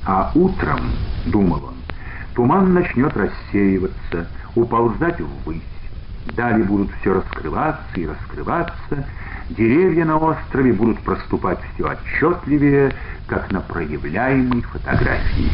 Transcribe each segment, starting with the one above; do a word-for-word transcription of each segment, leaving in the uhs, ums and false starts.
А утром, думал он, туман начнет рассеиваться, уползать ввысь. Далее будут все раскрываться и раскрываться, деревья на острове будут проступать все отчетливее, как на проявляемой фотографии.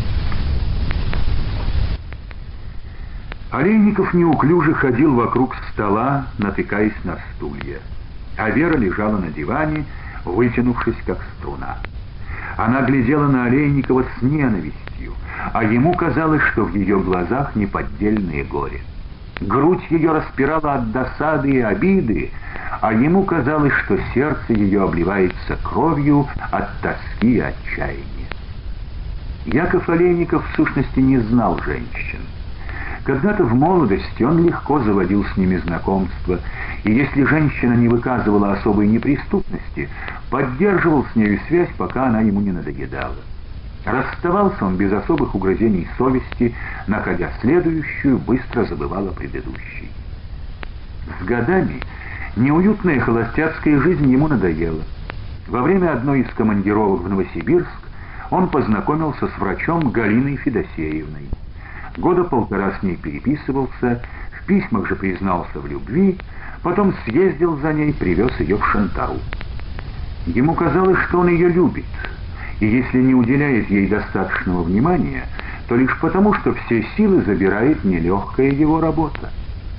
Олейников неуклюже ходил вокруг стола, натыкаясь на стулья, а Вера лежала на диване, вытянувшись как струна. Она глядела на Олейникова с ненавистью, а ему казалось, что в ее глазах неподдельное горе. Грудь ее распирала от досады и обиды, а ему казалось, что сердце ее обливается кровью от тоски и отчаяния. Яков Олейников в сущности не знал женщин. Когда-то в молодости он легко заводил с ними знакомство, и если женщина не выказывала особой неприступности, поддерживал с нею связь, пока она ему не надоедала. Расставался он без особых угрызений совести, находя следующую, быстро забывал о предыдущей. С годами неуютная холостяцкая жизнь ему надоела. Во время одной из командировок в Новосибирск он познакомился с врачом Галиной Федосеевной. Года полтора с ней переписывался, в письмах же признался в любви, потом съездил за ней, привез ее в Шантару. Ему казалось, что он ее любит, и если не уделяет ей достаточного внимания, то лишь потому, что все силы забирает нелегкая его работа.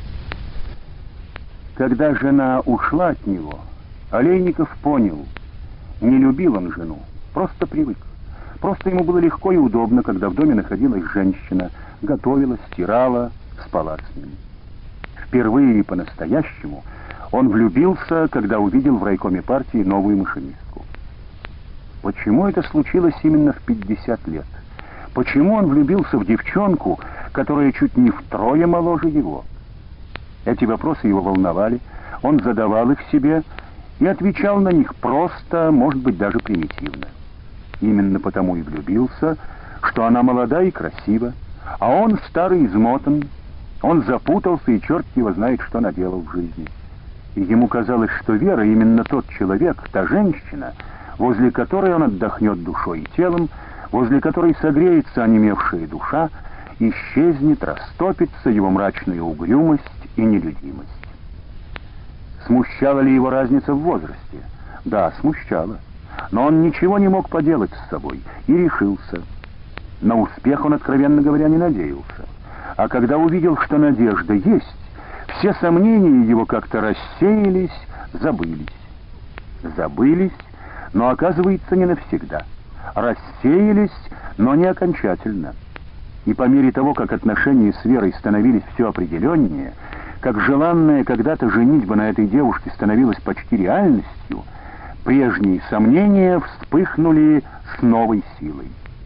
Когда жена ушла от него, Олейников понял, не любил он жену, просто привык. Просто ему было легко и удобно, когда в доме находилась женщина, готовила, стирала, спала с ним. Впервые и по-настоящему он влюбился, когда увидел в райкоме партии новую машинистку. Почему это случилось именно в пятьдесят лет? Почему он влюбился в девчонку, которая чуть не втрое моложе его? Эти вопросы его волновали, он задавал их себе и отвечал на них просто, может быть, даже примитивно. Именно потому и влюбился, что она молода и красива, а он старый, измотан, он запутался и черт его знает, что наделал в жизни. И ему казалось, что Вера именно тот человек, та женщина, возле которой он отдохнет душой и телом, возле которой согреется онемевшая душа, исчезнет, растопится его мрачная угрюмость и нелюдимость. Смущала ли его разница в возрасте? Да, смущала. Но он ничего не мог поделать с собой и решился. На успех он, откровенно говоря, не надеялся. А когда увидел, что надежда есть, все сомнения его как-то рассеялись, забылись. Забылись, но, оказывается, не навсегда. Рассеялись, но не окончательно. И по мере того, как отношения с Верой становились все определеннее, как желанная когда-то женитьба на этой девушке становилась почти реальностью, прежние сомнения вспыхнули с новой силой.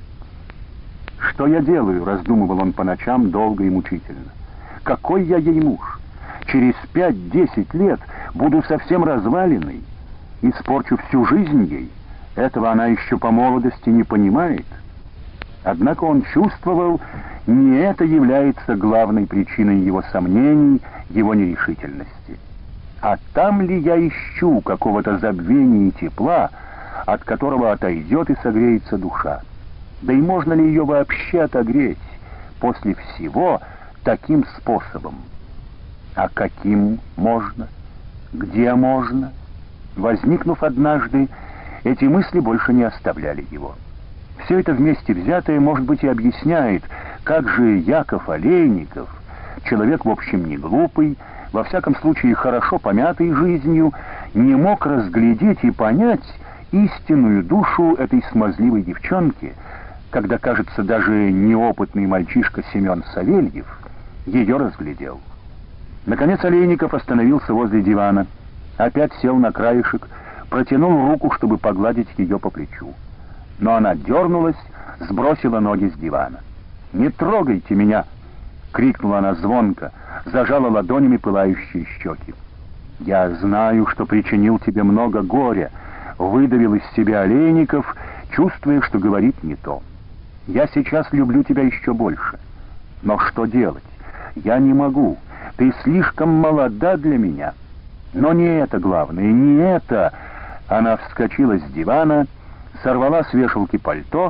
«Что я делаю?» — раздумывал он по ночам долго и мучительно. «Какой я ей муж? Через пять-десять лет буду совсем разваленный. Испорчу всю жизнь ей. Этого она еще по молодости не понимает». Однако он чувствовал, не это является главной причиной его сомнений, его нерешительности. А там ли я ищу какого-то забвения и тепла, от которого отойдет и согреется душа? Да и можно ли ее вообще отогреть после всего таким способом? А каким можно? Где можно? Возникнув однажды, эти мысли больше не оставляли его. Все это вместе взятое, может быть, и объясняет, как же Яков Олейников, человек, в общем, не глупый, во всяком случае хорошо помятый жизнью, не мог разглядеть и понять истинную душу этой смазливой девчонки, когда, кажется, даже неопытный мальчишка Семен Савельев ее разглядел. Наконец Олейников остановился возле дивана, опять сел на краешек, протянул руку, чтобы погладить ее по плечу. Но она дернулась, сбросила ноги с дивана. «Не трогайте меня!» — крикнула она звонко, зажала ладонями пылающие щеки. «Я знаю, что причинил тебе много горя», — выдавил из себя Олейников, чувствуя, что говорит не то. «Я сейчас люблю тебя еще больше. Но что делать? Я не могу. Ты слишком молода для меня. Но не это главное, не это...» Она вскочила с дивана, сорвала с вешалки пальто,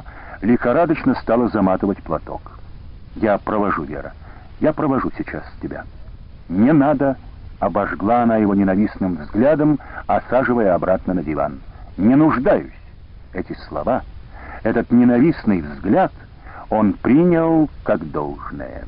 лихорадочно стала заматывать платок. «Я провожу, Вера, я провожу сейчас тебя». «Не надо», — обожгла она его ненавистным взглядом, осаживая обратно на диван. «Не нуждаюсь». Эти слова, этот ненавистный взгляд он принял как должное.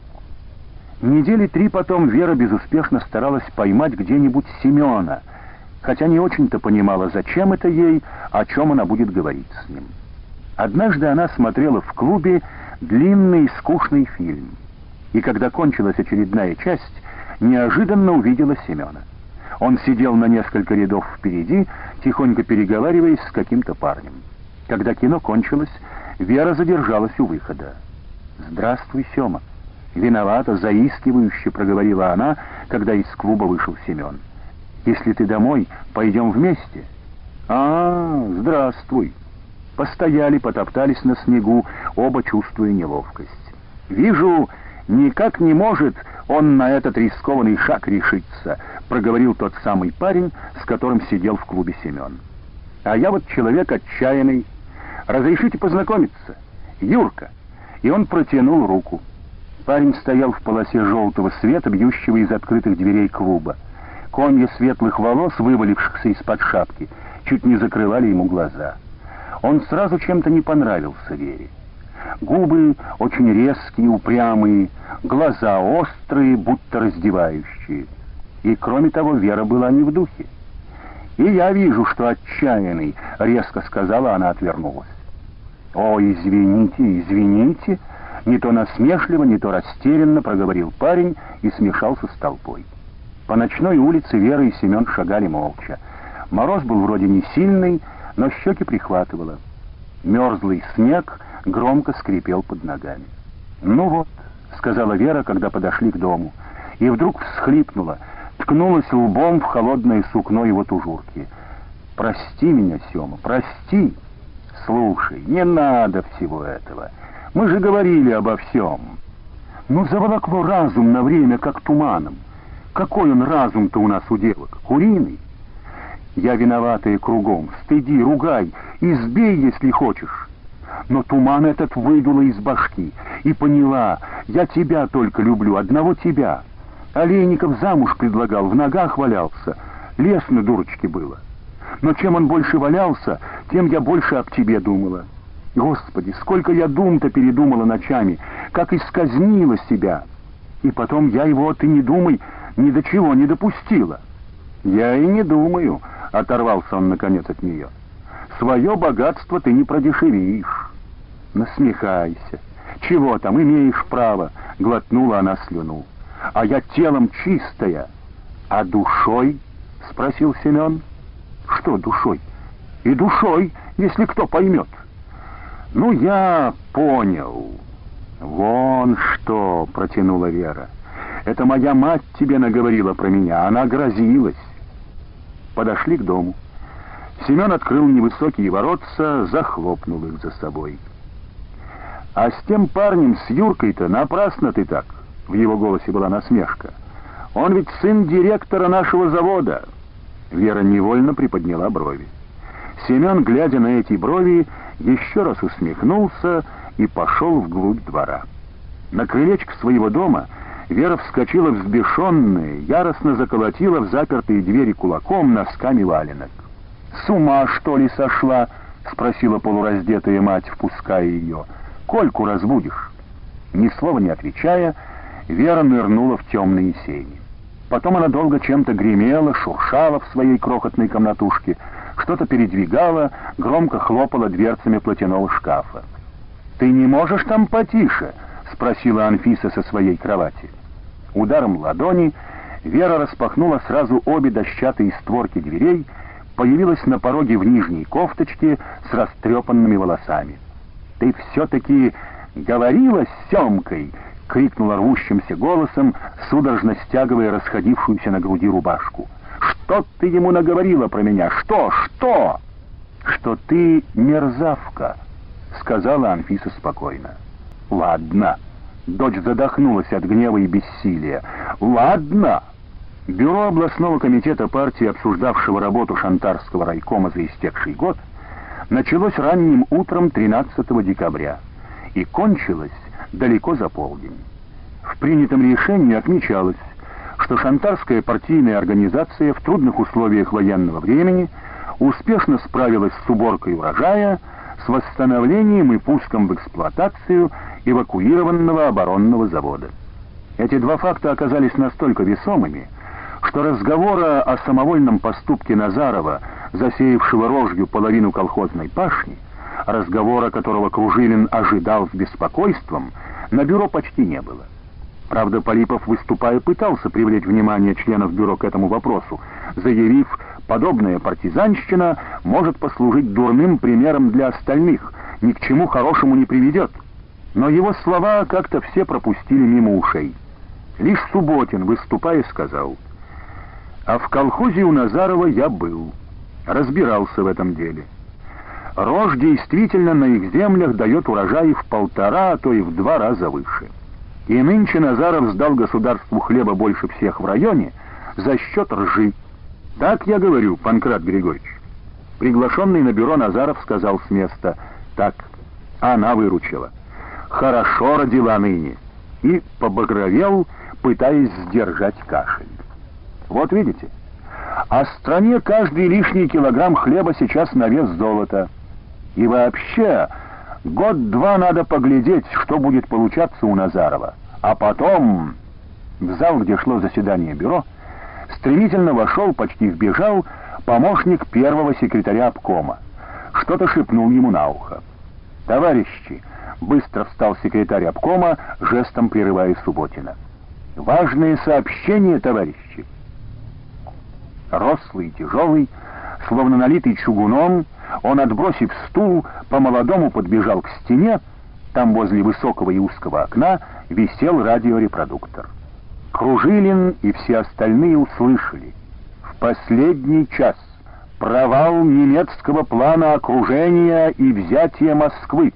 Недели три потом Вера безуспешно старалась поймать где-нибудь Семена, хотя не очень-то понимала, зачем это ей, о чем она будет говорить с ним. Однажды она смотрела в клубе длинный скучный фильм, и когда кончилась очередная часть, неожиданно увидела Семена. Он сидел на несколько рядов впереди, тихонько переговариваясь с каким-то парнем. Когда кино кончилось, Вера задержалась у выхода. «Здравствуй, Сема», — виновато, заискивающе проговорила она, когда из клуба вышел Семен. «Если ты домой, пойдем вместе». «А, здравствуй». Постояли, потоптались на снегу, оба чувствуя неловкость. «Вижу, никак не может он на этот рискованный шаг решиться», — проговорил тот самый парень, с которым сидел в клубе Семен. «А я вот человек отчаянный. Разрешите познакомиться? Юрка». И он протянул руку. Парень стоял в полосе желтого света, бьющего из открытых дверей клуба. Комья светлых волос, вывалившихся из-под шапки, чуть не закрывали ему глаза. Он сразу чем-то не понравился Вере. Губы очень резкие, упрямые, глаза острые, будто раздевающие. И кроме того, Вера была не в духе. «И я вижу, что отчаянный», — резко сказала она, отвернулась. «О, извините, извините», — не то насмешливо, не то растерянно проговорил парень и смешался с толпой. По ночной улице Вера и Семен шагали молча. Мороз был вроде не сильный, но щеки прихватывало. Мерзлый снег громко скрипел под ногами. «Ну вот», — сказала Вера, когда подошли к дому, и вдруг всхлипнула, ткнулась лбом в холодное сукно его тужурки. «Прости меня, Сема, прости!» «Слушай, не надо всего этого. Мы же говорили обо всем». «Ну, заволокло разум на время, как туманом. Какой он разум-то у нас у девок? Куриный? Я виноватая кругом. Стыди, ругай, избей, если хочешь. Но туман этот выдуло из башки. И поняла, я тебя только люблю, одного тебя. Олейников замуж предлагал, в ногах валялся. Лестно, дурочки, было. Но чем он больше валялся, тем я больше об тебе думала. Господи, сколько я дум-то передумала ночами, как исказнила себя. И потом я его, ты не думай, ни до чего не допустила». «Я и не думаю», — оторвался он наконец от нее. «Свое богатство ты не продешевишь». «Насмехайся. Чего там, имеешь право», — глотнула она слюну. «А я телом чистая». «А душой?» — спросил Семен. «Что душой?» «И душой, если кто поймет». «Ну, я понял». «Вон что», — протянула Вера. «Это моя мать тебе наговорила про меня, она грозилась». Подошли к дому. Семен открыл невысокие воротца, захлопнул их за собой. «А с тем парнем, с Юркой-то, напрасно ты так», — в его голосе была насмешка. «Он ведь сын директора нашего завода». Вера невольно приподняла брови. Семен, глядя на эти брови, еще раз усмехнулся и пошел вглубь двора. На крылечко своего дома Вера вскочила взбешенная, яростно заколотила в запертые двери кулаком носками валенок. «С ума, что ли, сошла?» — спросила полураздетая мать, впуская ее. «Кольку разбудишь?» Ни слова не отвечая, Вера нырнула в темные сени. Потом она долго чем-то гремела, шуршала в своей крохотной комнатушке, что-то передвигала, громко хлопала дверцами платяного шкафа. «Ты не можешь там потише?» — спросила Анфиса со своей кровати. Ударом ладони Вера распахнула сразу обе дощатые створки дверей, появилась на пороге в нижней кофточке с растрепанными волосами. «Ты все-таки говорила с Семкой!» — крикнула рвущимся голосом, судорожно стягивая расходившуюся на груди рубашку. «Что ты ему наговорила про меня? Что? Что?» «Что ты мерзавка», — сказала Анфиса спокойно. «Ладно». Дочь задохнулась от гнева и бессилия. «Ладно». Бюро областного комитета партии, обсуждавшего работу Шантарского райкома за истекший год, началось ранним утром тринадцатого декабря и кончилось далеко за полдень. В принятом решении отмечалось, что шантарская партийная организация в трудных условиях военного времени успешно справилась с уборкой урожая, с восстановлением и пуском в эксплуатацию эвакуированного оборонного завода. Эти два факта оказались настолько весомыми, что разговора о самовольном поступке Назарова, засеявшего рожью половину колхозной пашни, разговора которого Кружилин ожидал с беспокойством, на бюро почти не было. Правда, Полипов, выступая, пытался привлечь внимание членов бюро к этому вопросу, заявив, подобная партизанщина может послужить дурным примером для остальных, ни к чему хорошему не приведет. Но его слова как-то все пропустили мимо ушей. Лишь Субботин, выступая, сказал: «А в колхозе у Назарова я был, разбирался в этом деле. Рожь действительно на их землях дает урожай в полтора, а то и в два раза выше. И нынче Назаров сдал государству хлеба больше всех в районе за счет ржи. Так я говорю, Панкрат Григорьевич». Приглашенный на бюро Назаров сказал с места: «Так, она выручила. Хорошо родила ныне». И побагровел, пытаясь сдержать кашель. Вот видите, а стране каждый лишний килограмм хлеба сейчас на вес золота. И вообще, год-два надо поглядеть, что будет получаться у Назарова. А потом в зал, где шло заседание бюро, стремительно вошел, почти вбежал, помощник первого секретаря обкома. Что-то шепнул ему на ухо. «Товарищи!» — быстро встал секретарь обкома, жестом прерывая Субботина. «Важные сообщения, товарищи!» Рослый и тяжелый, словно налитый чугуном, он, отбросив стул, по-молодому подбежал к стене. Там возле высокого и узкого окна висел радиорепродуктор. Кружилин и все остальные услышали: в последний час провал немецкого плана окружения и взятия Москвы,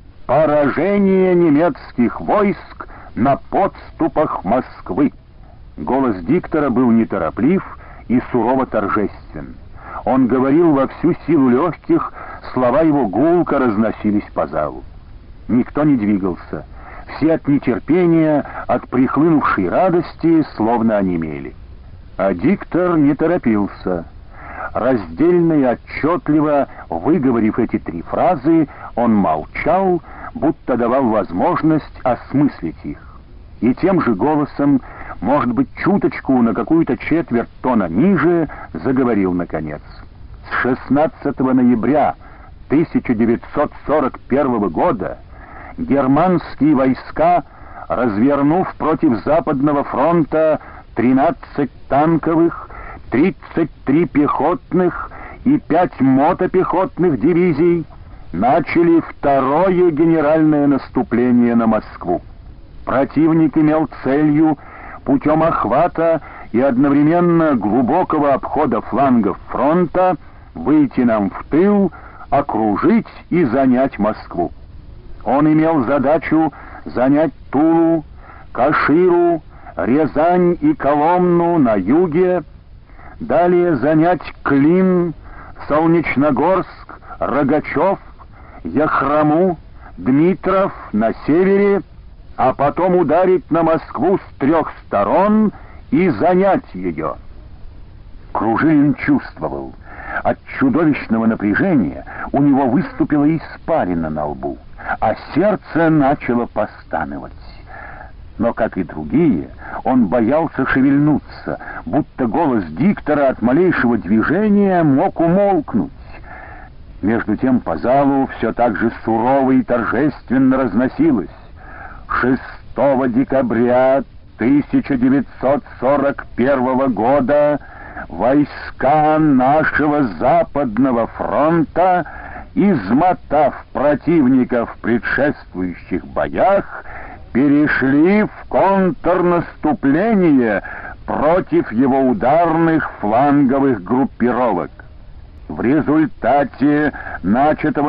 поражение немецких войск на подступах Москвы. Голос диктора был нетороплив и сурово торжествен. Он говорил во всю силу легких, слова его гулко разносились по залу. Никто не двигался. Все от нетерпения, от прихлынувшей радости, словно онемели. А диктор не торопился. Раздельно и отчетливо выговорив эти три фразы, он молчал, будто давал возможность осмыслить их. И тем же голосом, может быть, чуточку на какую-то четверть тона ниже, заговорил наконец. С шестнадцатого ноября тысяча девятьсот сорок первого года германские войска, развернув против Западного фронта тринадцать танковых, тридцать три пехотных и пять мотопехотных дивизий, начали второе генеральное наступление на Москву. Противник имел целью путем охвата и одновременно глубокого обхода флангов фронта выйти нам в тыл, окружить и занять Москву. Он имел задачу занять Тулу, Каширу, Рязань и Коломну на юге, далее занять Клин, Солнечногорск, Рогачев, Яхрому, Дмитров на севере, а потом ударить на Москву с трех сторон и занять ее. Кружилин чувствовал, от чудовищного напряжения у него выступила испарина на лбу, а сердце начало постанывать. Но, как и другие, он боялся шевельнуться, будто голос диктора от малейшего движения мог умолкнуть. Между тем по залу все так же сурово и торжественно разносилось: шестого декабря тысяча девятьсот сорок первого года войска нашего Западного фронта, измотав противника в предшествующих боях, перешли в контрнаступление против его ударных фланговых группировок. В результате начатого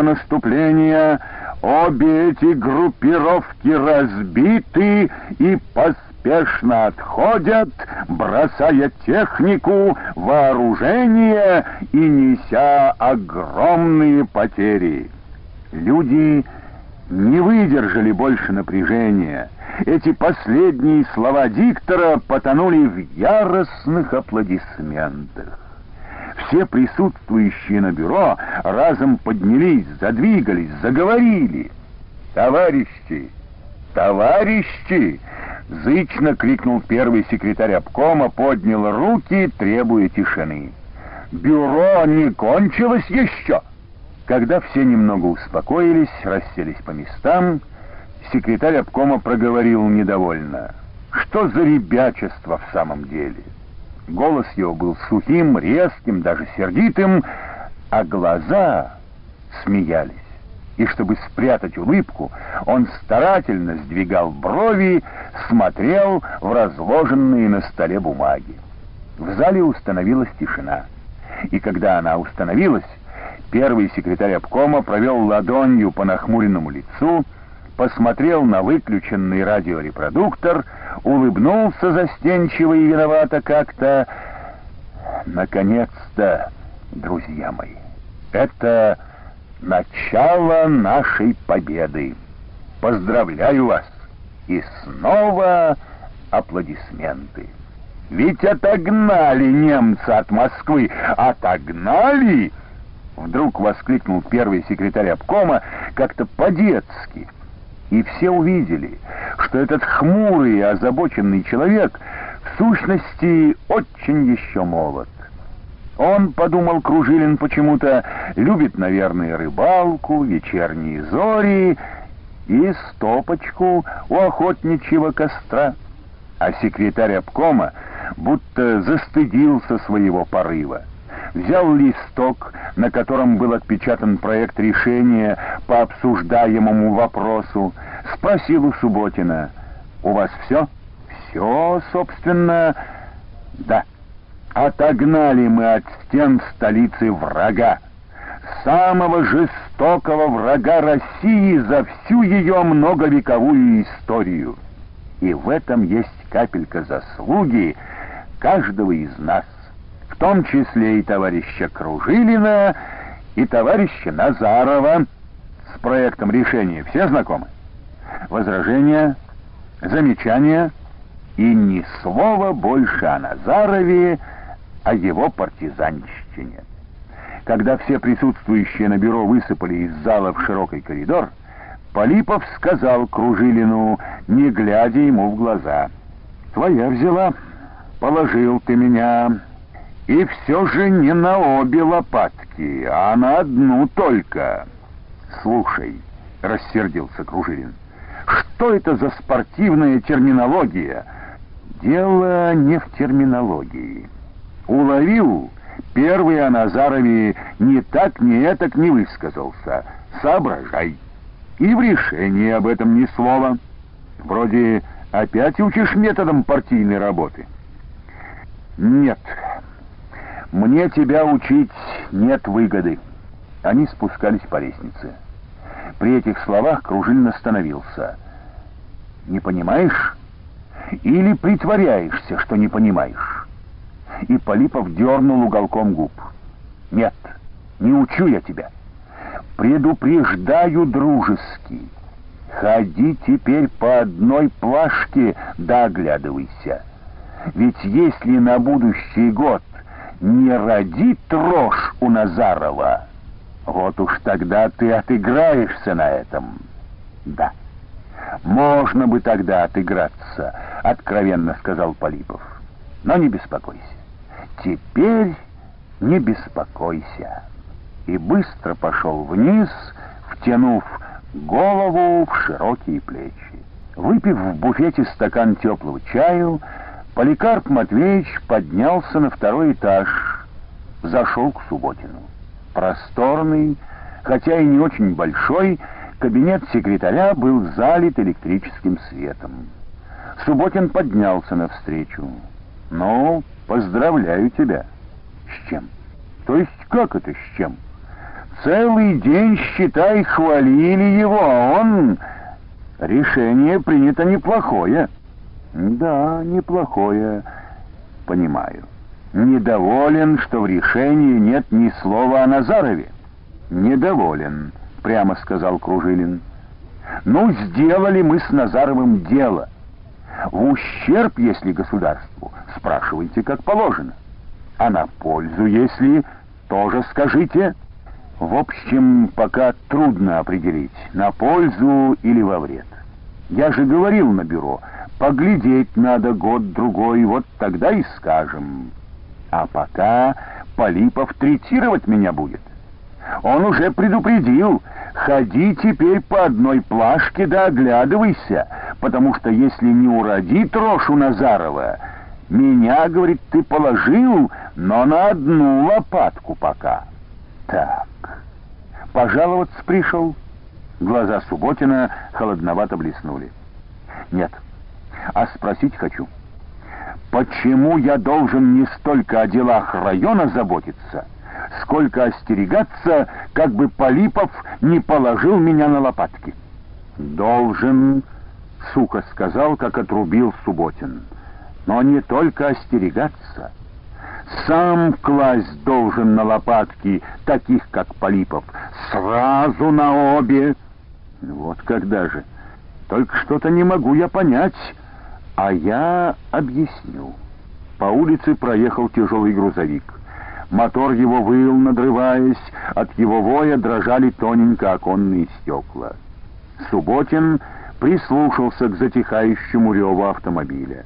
наступления обе эти группировки разбиты и поспешили поспешно отходят, бросая технику, вооружение и неся огромные потери. Люди не выдержали больше напряжения. Эти последние слова диктора потонули в яростных аплодисментах. Все присутствующие на бюро разом поднялись, задвигались, заговорили. «Товарищи! Товарищи!» — зычно крикнул первый секретарь обкома, поднял руки, требуя тишины. «Бюро не кончилось еще!» Когда все немного успокоились, расселись по местам, секретарь обкома проговорил недовольно: «Что за ребячество в самом деле?» Голос его был сухим, резким, даже сердитым, а глаза смеялись. И чтобы спрятать улыбку, он старательно сдвигал брови, смотрел в разложенные на столе бумаги. В зале установилась тишина. И когда она установилась, первый секретарь обкома провел ладонью по нахмуренному лицу, посмотрел на выключенный радиорепродуктор, улыбнулся застенчиво и виновато как-то. «Наконец-то, друзья мои, это начало нашей победы. Поздравляю вас!» И снова аплодисменты. «Ведь отогнали немца от Москвы! Отогнали!» Вдруг воскликнул первый секретарь обкома как-то по-детски. И все увидели, что этот хмурый и озабоченный человек в сущности очень еще молод. Он, подумал Кружилин почему-то, любит, наверное, рыбалку, вечерние зори и стопочку у охотничьего костра. А секретарь обкома будто застыдился своего порыва. Взял листок, на котором был отпечатан проект решения по обсуждаемому вопросу, спросил у Субботина: «У вас все?» «Все, собственно, да. Отогнали мы от стен столицы врага, самого жестокого врага России за всю ее многовековую историю. И в этом есть капелька заслуги каждого из нас, в том числе и товарища Кружилина, и товарища Назарова. С проектом решения все знакомы? Возражения, замечания и ни слова больше о Назарове, о его партизанщине». Когда все присутствующие на бюро высыпали из зала в широкий коридор, Полипов сказал Кружилину, не глядя ему в глаза: «Твоя взяла, положил ты меня, и все же не на обе лопатки, а на одну только». «Слушай», — рассердился Кружилин, — «что это за спортивная терминология?» «Дело не в терминологии. Уловил, первый о Назарове ни так, ни этак не высказался. Соображай. И в решении об этом ни слова. Вроде опять учишь методом партийной работы». «Нет, мне тебя учить нет выгоды». Они спускались по лестнице. При этих словах Кружилин остановился. «Не понимаешь? Или притворяешься, что не понимаешь?» И Полипов дернул уголком губ. «Нет, не учу я тебя. Предупреждаю дружески. Ходи теперь по одной плашке, да оглядывайся. Ведь если на будущий год не родит рожь у Назарова, вот уж тогда ты отыграешься на этом». «Да, можно бы тогда отыграться», — откровенно сказал Полипов. «Но не беспокойся. Теперь не беспокойся». И быстро пошел вниз, втянув голову в широкие плечи. Выпив в буфете стакан теплого чаю, Поликарп Матвеевич поднялся на второй этаж, зашел к Субботину. Просторный, хотя и не очень большой, кабинет секретаря был залит электрическим светом. Субботин поднялся навстречу. «Ну, поздравляю тебя». «С чем?» «То есть как это с чем? Целый день, считай, хвалили его, а он... Решение принято неплохое». Да, неплохое, понимаю. Недоволен, что в решении нет ни слова о Назарове? Недоволен, прямо сказал Кружилин. Ну, сделали мы с Назаровым дело. В ущерб, если государству, спрашивайте, как положено. А на пользу, если, тоже скажите. В общем, пока трудно определить, на пользу или во вред. Я же говорил на бюро, поглядеть надо год-другой, вот тогда и скажем. А пока Полипов третировать меня будет. Он уже предупредил, ходи теперь по одной плашке да оглядывайся, потому что если не уродит рожь у Назарова, меня, говорит, ты положил, но на одну лопатку пока. Так, пожаловаться пришел? Глаза Субботина холодновато блеснули. Нет, а спросить хочу. Почему я должен не столько о делах района заботиться, сколько остерегаться, как бы Полипов не положил меня на лопатки? Должен, сухо сказал, как отрубил Субботин. Но не только остерегаться. Сам класть должен на лопатки таких, как Полипов. Сразу на обе. Вот когда же. Только что-то не могу я понять. А я объясню. По улице проехал тяжелый грузовик. Мотор его выл, надрываясь. От его воя дрожали тоненько оконные стекла. Субботин прислушался к затихающему реву автомобиля.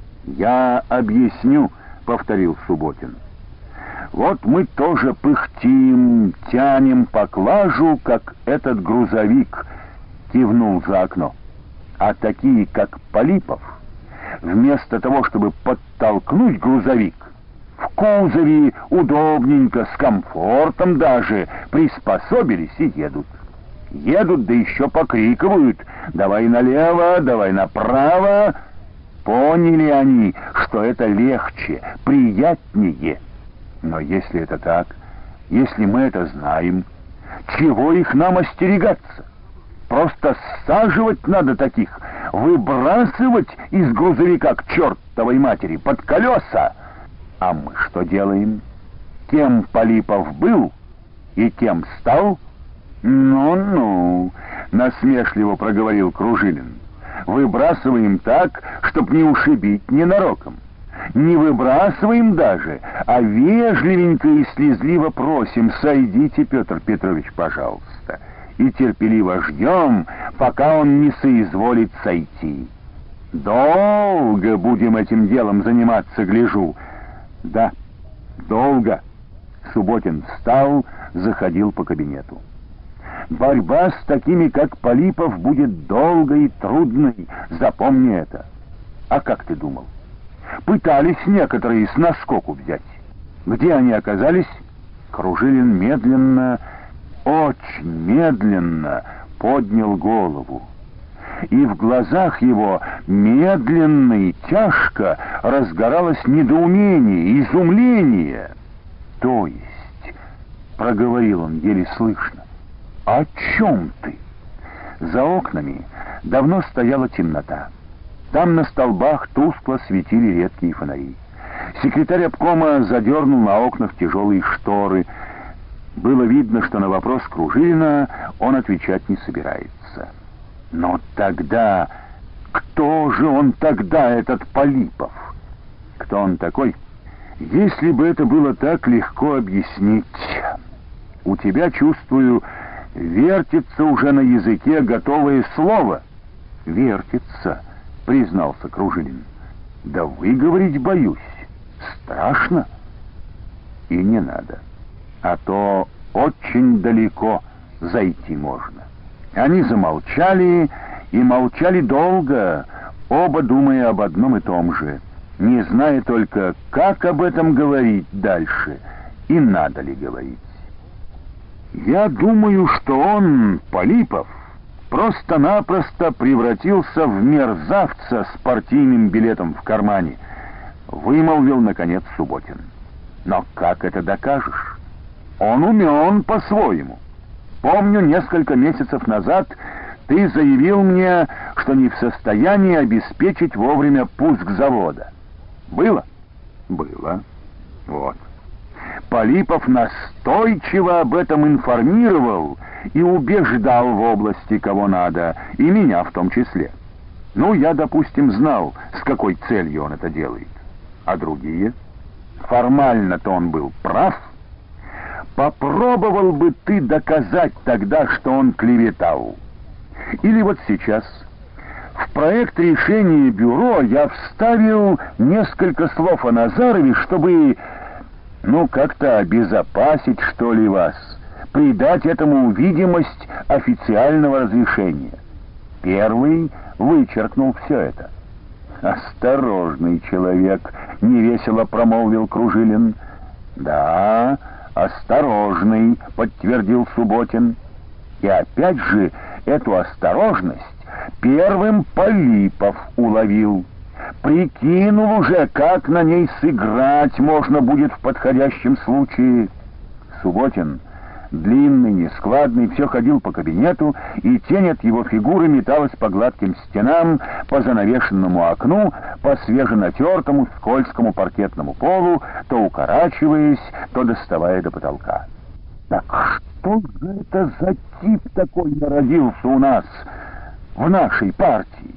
«Я объясню», — повторил Субботин. «Вот мы тоже пыхтим, тянем поклажу, как этот грузовик», — кивнул за окно. «А такие, как Полипов, вместо того, чтобы подтолкнуть грузовик, в кузове удобненько, с комфортом даже, приспособились и едут. Едут, да еще покрикивают: «Давай налево, давай направо». Поняли они, что это легче, приятнее. Но если это так, если мы это знаем, чего их нам остерегаться? Просто саживать надо таких, выбрасывать из грузовика к чертовой матери под колеса. А мы что делаем? Кем Полипов был и кем стал? Ну-ну, насмешливо проговорил Кружилин. Выбрасываем так, чтоб не ушибить ненароком. Не выбрасываем даже, а вежливенько и слезливо просим: сойдите, Петр Петрович, пожалуйста, и терпеливо ждем, пока он не соизволит сойти. Долго будем этим делом заниматься, гляжу. Да, долго. Субботин встал, заходил по кабинету. Борьба с такими, как Полипов, будет долгой и трудной, запомни это. А как ты думал? Пытались некоторые с наскоку взять. Где они оказались? Кружилин медленно, очень медленно поднял голову. И в глазах его медленно и тяжко разгоралось недоумение, изумление. То есть, проговорил он еле слышно, «О чем ты?» За окнами давно стояла темнота. Там на столбах тускло светили редкие фонари. Секретарь обкома задернул на окнах тяжелые шторы. Было видно, что на вопрос Кружилина он отвечать не собирается. Но тогда... Кто же он тогда, этот Полипов? Кто он такой? Если бы это было так легко объяснить. У тебя, чувствую, вертится уже на языке готовое слово. Вертится, признался Кружилин. Да выговорить боюсь. Страшно. И не надо. А то очень далеко зайти можно. Они замолчали, и молчали долго, оба думая об одном и том же, не зная только, как об этом говорить дальше, и надо ли говорить. Я думаю, что он, Полипов, просто-напросто превратился в мерзавца с партийным билетом в кармане, вымолвил, наконец, Субботин. Но как это докажешь? Он умен по-своему. Помню, несколько месяцев назад ты заявил мне, что не в состоянии обеспечить вовремя пуск завода. Было? Было. Вот. Полипов настойчиво об этом информировал и убеждал в области кого надо, и меня в том числе. Ну, я, допустим, знал, с какой целью он это делает. А другие? Формально-то он был прав. Попробовал бы ты доказать тогда, что он клеветал. Или вот сейчас в проект решения бюро я вставил несколько слов о Назарове, чтобы, ну, как-то обезопасить, что ли, вас, придать этому видимость официального разрешения. Первый вычеркнул все это. «Осторожный человек», — невесело промолвил Кружилин. «Да, осторожный», — подтвердил Субботин. И опять же эту осторожность первым Полипов уловил. Прикинул уже, как на ней сыграть можно будет в подходящем случае. Субботин, длинный, нескладный, все ходил по кабинету, и тень от его фигуры металась по гладким стенам, по занавешенному окну, по свеженатертому скользкому паркетному полу, то укорачиваясь, то доставая до потолка. Так что же это за тип такой народился у нас, в нашей партии?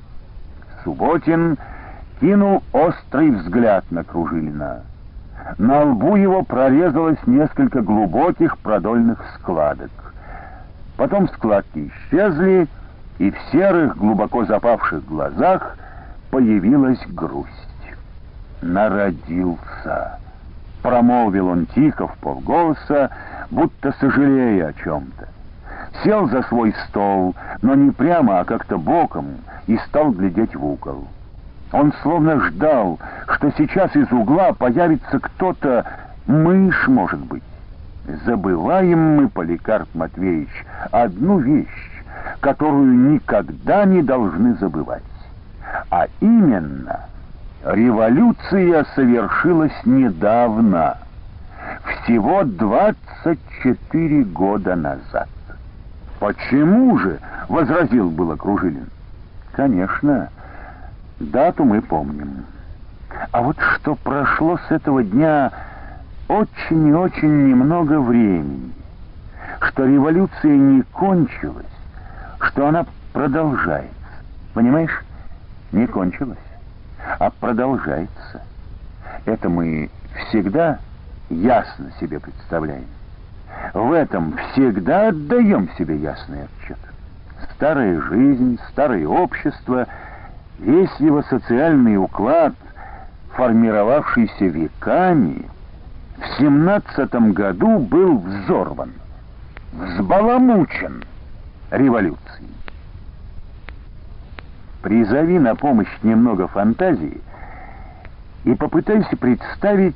Субботин кинул острый взгляд на Кружилина. На лбу его прорезалось несколько глубоких продольных складок. Потом складки исчезли, и в серых, глубоко запавших глазах появилась грусть. «Народился», — промолвил он тихо, вполголоса, будто сожалея о чем-то. Сел за свой стол, но не прямо, а как-то боком, и стал глядеть в угол. Он словно ждал, что сейчас из угла появится кто-то, мышь, может быть. Забываем мы, Поликарп Матвеевич, одну вещь, которую никогда не должны забывать. А именно, революция совершилась недавно, всего двадцать четыре года назад. «Почему же?» — возразил было Кружилин. «Конечно, дату мы помним. А вот что прошло с этого дня очень и очень немного времени, что революция не кончилась, что она продолжается. Понимаешь? Не кончилась, а продолжается. Это мы всегда ясно себе представляем. В этом всегда отдаем себе ясный отчет. Старая жизнь, старое общество, весь его социальный уклад, формировавшийся веками, в семнадцатом году был взорван, взбаламучен революцией. Призови на помощь немного фантазии и попытайся представить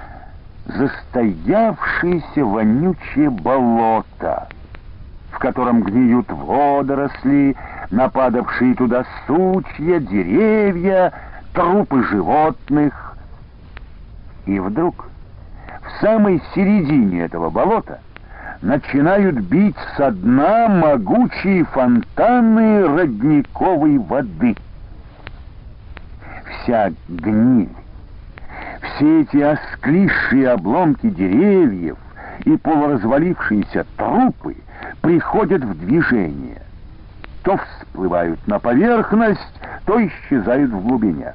застоявшееся вонючее болото, в котором гниют водоросли, нападавшие туда сучья, деревья, трупы животных. И вдруг в самой середине этого болота начинают бить со дна могучие фонтаны родниковой воды. Вся гниль, все эти осклизшие обломки деревьев и полуразвалившиеся трупы приходят в движение. То всплывают на поверхность, то исчезают в глубине.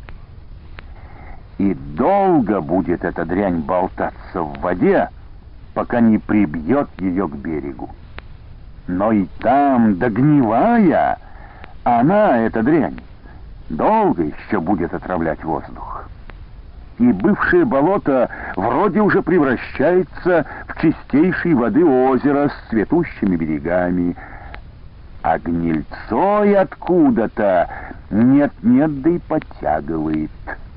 И долго будет эта дрянь болтаться в воде, пока не прибьет ее к берегу. Но и там, догнивая, она, эта дрянь, долго еще будет отравлять воздух. И бывшее болото вроде уже превращается в чистейшей воды озеро с цветущими берегами, а гнильцой откуда-то нет-нет, да и подтягивает.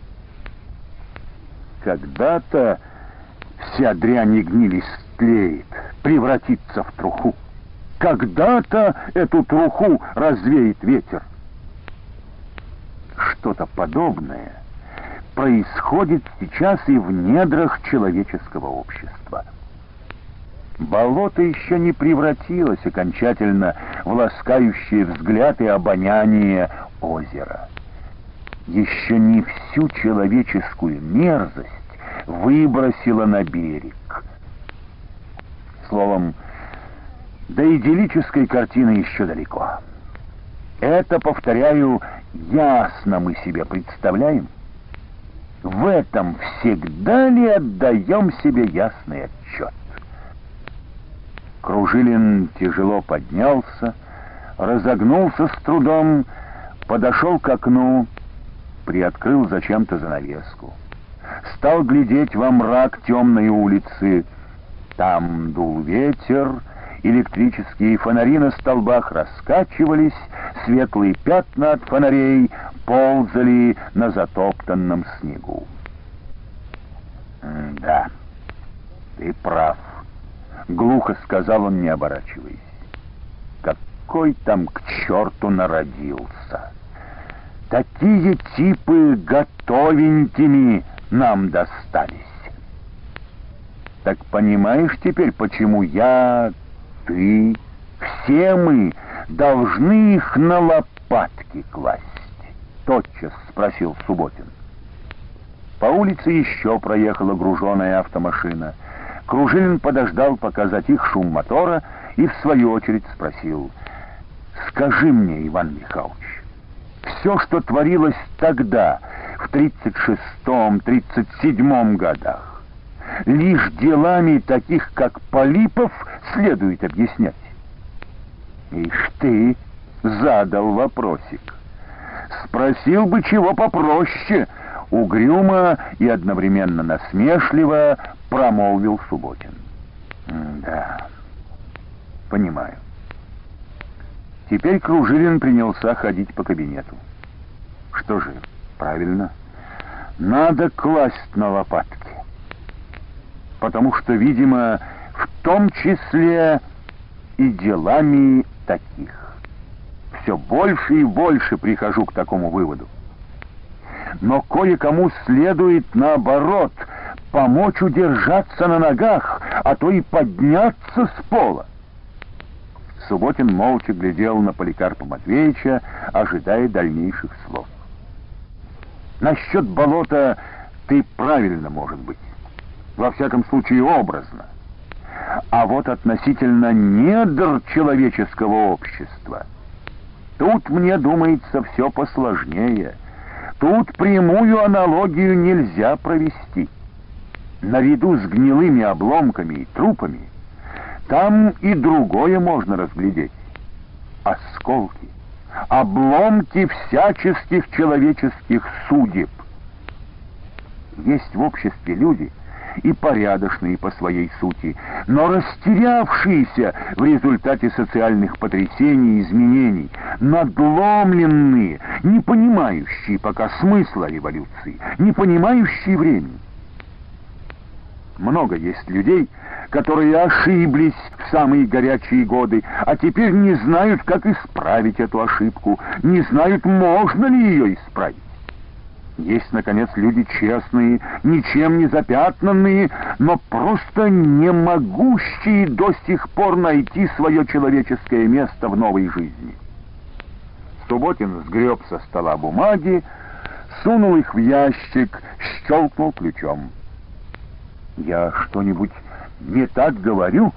Когда-то вся дрянь и гниль истлеет, превратится в труху. Когда-то эту труху развеет ветер. Что-то подобное происходит сейчас и в недрах человеческого общества. Болото еще не превратилось окончательно в ласкающие взгляд и обоняние озера. Еще не всю человеческую мерзость выбросило на берег. Словом, до идиллической картины еще далеко. Это, повторяю, ясно мы себе представляем. В этом всегда ли отдаем себе ясный отчет? Кружилин тяжело поднялся, разогнулся с трудом, подошел к окну, приоткрыл зачем-то занавеску. Стал глядеть во мрак темной улицы. Там дул ветер, электрические фонари на столбах раскачивались, светлые пятна от фонарей ползали на затоптанном снегу. «Да, ты прав», — глухо сказал он, не оборачиваясь. «Какой там к черту народился? Такие типы готовенькими нам достались. Так понимаешь теперь, почему я, ты, все мы должны их на лопатки класть?» — тотчас спросил Субботин. По улице еще проехала груженая автомашина. Кружилин подождал, пока затих шум мотора, и в свою очередь спросил: «Скажи мне, Иван Михайлович, все, что творилось тогда, в тридцать шестом — тридцать седьмом годах, лишь делами таких, как Полипов, следует объяснять?» «Ишь ты, задал вопросик. Спросил бы чего попроще», — угрюмо и одновременно насмешливо промолвил Субботин. «Да, понимаю». Теперь Кружилин принялся ходить по кабинету. Что же, правильно, надо класть на лопатки. Потому что, видимо, в том числе и делами таких. Все больше и больше прихожу к такому выводу. Но кое-кому следует, наоборот, помочь удержаться на ногах, а то и подняться с пола. Субботин молча глядел на Поликарпа Матвеевича, ожидая дальнейших слов. «Насчет болота ты правильно, может быть. Во всяком случае, образно. А вот относительно недр человеческого общества, тут, мне думается, все посложнее. Тут прямую аналогию нельзя провести. Наряду с гнилыми обломками и трупами там и другое можно разглядеть. Осколки, обломки всяческих человеческих судеб. Есть в обществе люди, и порядочные по своей сути, но растерявшиеся в результате социальных потрясений и изменений, надломленные, не понимающие пока смысла революции, не понимающие времени. Много есть людей, которые ошиблись в самые горячие годы, а теперь не знают, как исправить эту ошибку, не знают, можно ли ее исправить. Есть, наконец, люди честные, ничем не запятнанные, но просто не могущие до сих пор найти свое человеческое место в новой жизни. Субботин сгреб со стола бумаги, сунул их в ящик, щелкнул ключом. «Я что-нибудь не так говорю?»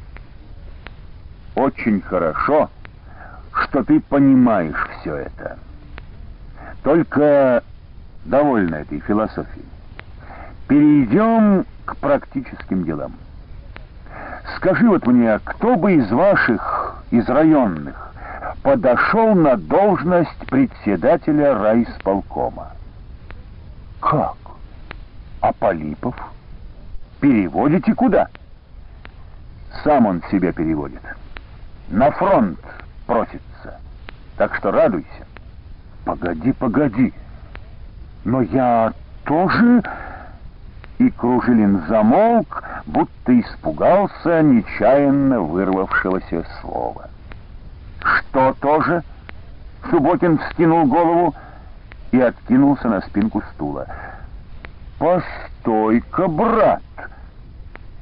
«Очень хорошо, что ты понимаешь все это. Только довольно этой философии. Перейдем к практическим делам. Скажи вот мне, кто бы из ваших, из районных, подошел на должность председателя райисполкома?» «Как? А Полипов? Переводите куда?» «Сам он себя переводит. На фронт просится. Так что радуйся». «Погоди, погоди. Но я тоже...» И Кружилин замолк, будто испугался нечаянно вырвавшегося слова. «Что тоже?» Субботин вскинул голову и откинулся на спинку стула. «Постой-ка, брат!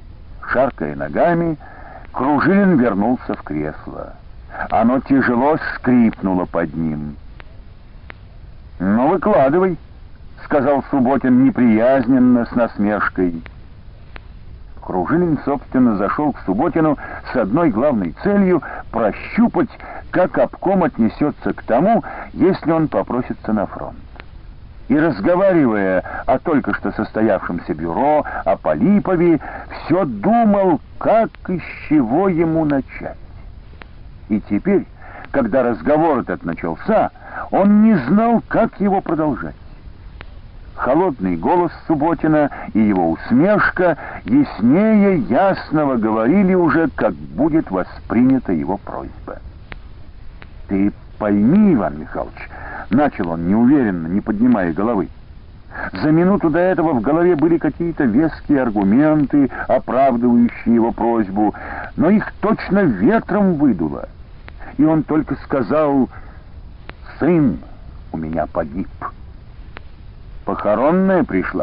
Шаркая ногами, Кружилин вернулся в кресло. Оно тяжело скрипнуло под ним. «Ну, выкладывай», — сказал Субботин неприязненно, с насмешкой. Кружилин, собственно, зашел к Субботину с одной главной целью — прощупать, как обком отнесется к тому, если он попросится на фронт. И, разговаривая о только что состоявшемся бюро, о Полипове, все думал, как и с чего ему начать. И теперь, когда разговор этот начался, он не знал, как его продолжать. Холодный голос Субботина и его усмешка яснее ясного говорили уже, как будет воспринята его просьба. «Ты пойми, Иван Михайлович», — начал он неуверенно, не поднимая головы. За минуту до этого в голове были какие-то веские аргументы, оправдывающие его просьбу, но их точно ветром выдуло. И он только сказал: «Сын у меня погиб». «Похоронная пришла?»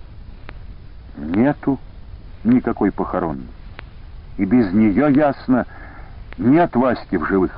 «Нету никакой похоронной. И без нее, ясно, нет Васьки в живых».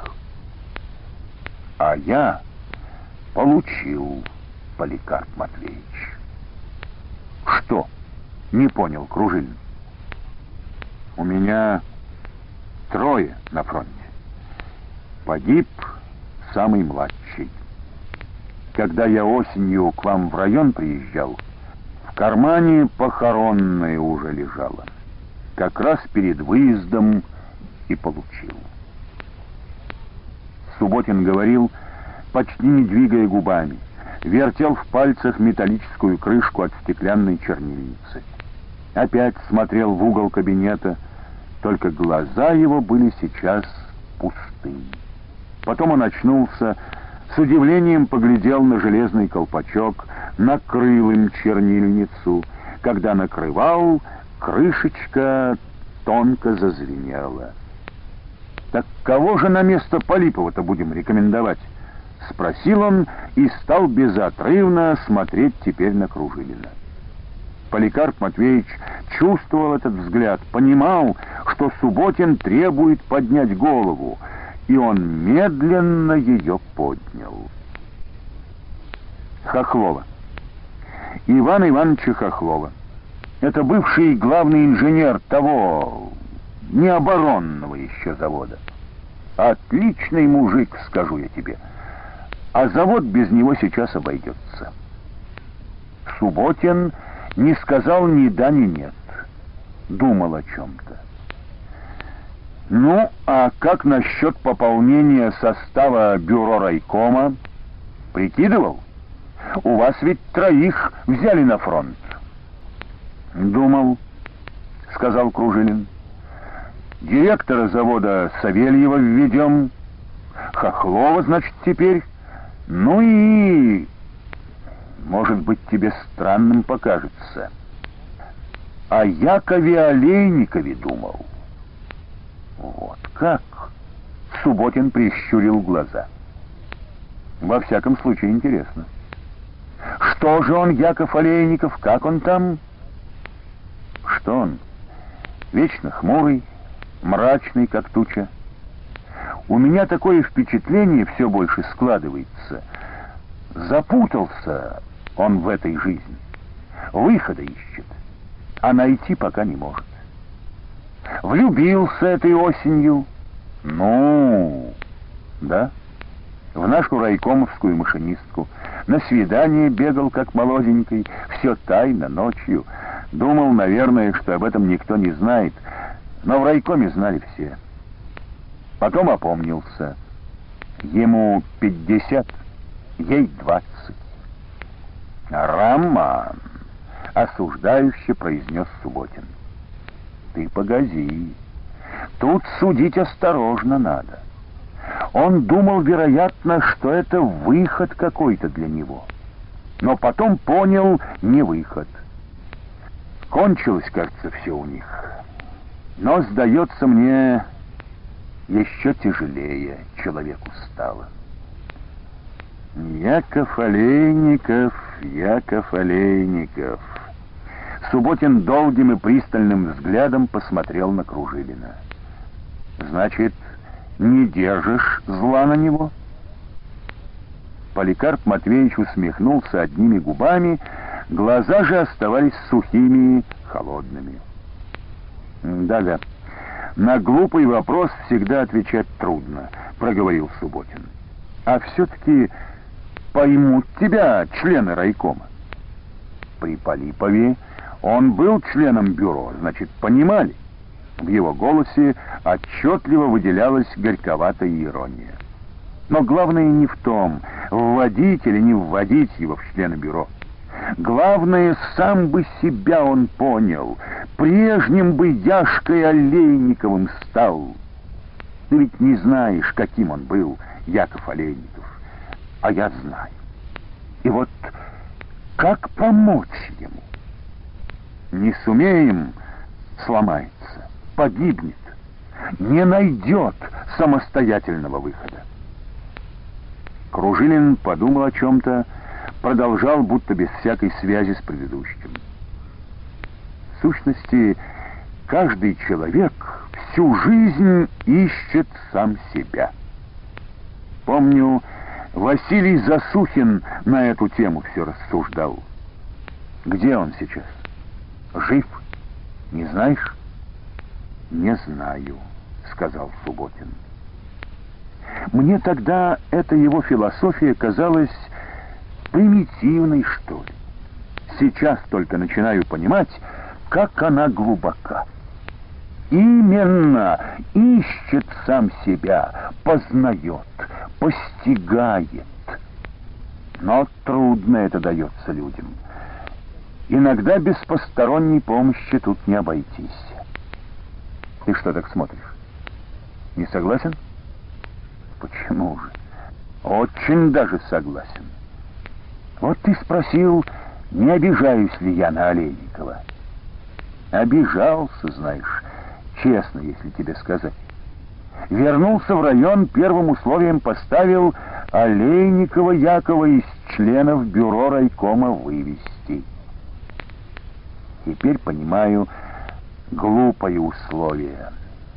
«А я получил, Поликарп Матвеевич». «Что?» — не понял Кружилин. «У меня трое на фронте. Погиб самый младший. Когда я осенью к вам в район приезжал, в кармане похоронная уже лежала. Как раз перед выездом и получил». Субботин говорил, почти не двигая губами, вертел в пальцах металлическую крышку от стеклянной чернильницы. Опять смотрел в угол кабинета, только глаза его были сейчас пусты. Потом он очнулся, с удивлением поглядел на железный колпачок, накрыл им чернильницу. Когда накрывал, крышечка тонко зазвенела. «Так кого же на место Полипова-то будем рекомендовать?» — спросил он и стал безотрывно смотреть теперь на Кружилина. Поликарп Матвеевич чувствовал этот взгляд, понимал, что Субботин требует поднять голову, и он медленно ее поднял. Хохлова. Ивана Ивановича Хохлова. Это бывший главный инженер того необоронного еще завода. Отличный мужик, скажу я тебе. А завод без него сейчас обойдется. Субботин не сказал ни да, ни нет. Думал о чем-то. «Ну, а как насчет пополнения состава бюро райкома? Прикидывал? У вас ведь троих взяли на фронт». «Думал», — сказал Кружилин. «Директора завода Савельева введем. Хохлова, значит, теперь. Ну и, может быть, тебе странным покажется, о Якове Олейникове думал». «Вот как?» — Субботин прищурил глаза. «Во всяком случае, интересно. Что же он, Яков Олейников, как он там?» «Что он? Вечно хмурый, мрачный, как туча. У меня такое впечатление все больше складывается. Запутался он в этой жизни, выхода ищет, а найти пока не может. Влюбился этой осенью. Ну, да, в нашу райкомовскую машинистку. На свидание бегал, как молоденький, все тайно, ночью. Думал, наверное, что об этом никто не знает, но в райкоме знали все. Потом опомнился. Ему пятьдесят, ей двадцать. «Роман!» — осуждающе произнес Субботин. «Ты погоди. Тут судить осторожно надо. Он думал, вероятно, что это выход какой-то для него. Но потом понял, не выход. Кончилось, кажется, все у них. Но, сдается мне, еще тяжелее человеку стало». «Яков Олейников, Яков Олейников». Субботин долгим и пристальным взглядом посмотрел на Кружилина. «Значит, не держишь зла на него?» Поликарп Матвеевич усмехнулся одними губами, глаза же оставались сухими, холодными. «Да-да, на глупый вопрос всегда отвечать трудно», — проговорил Субботин. «А все-таки поймут тебя члены райкома». При Полипове он был членом бюро, значит, понимали. В его голосе отчетливо выделялась горьковатая ирония. Но главное не в том, вводить или не вводить его в члены бюро. Главное, сам бы себя он понял, прежним бы Яшкой Олейниковым стал. Ты ведь не знаешь, каким он был, Яков Олейников, а я знаю. И вот как помочь ему? Не сумеем, сломается, погибнет, не найдет самостоятельного выхода. Кружилин подумал о чем-то, продолжал, будто без всякой связи с предыдущим. В сущности, каждый человек всю жизнь ищет сам себя. Помню, Василий Засухин на эту тему все рассуждал. Где он сейчас? Жив? Не знаешь? Не знаю, сказал Субботин. Мне тогда эта его философия казалась примитивной, что ли. Сейчас только начинаю понимать, как она глубока. Именно ищет сам себя, познает, постигает. Но трудно это дается людям. Иногда без посторонней помощи тут не обойтись. Ты что так смотришь? Не согласен? Почему же? Очень даже согласен. Вот ты спросил, не обижаюсь ли я на Олейникова. Обижался, знаешь, честно, если тебе сказать. Вернулся в район, первым условием поставил Олейникова Якова из членов бюро райкома вывести. Теперь понимаю, глупое условие.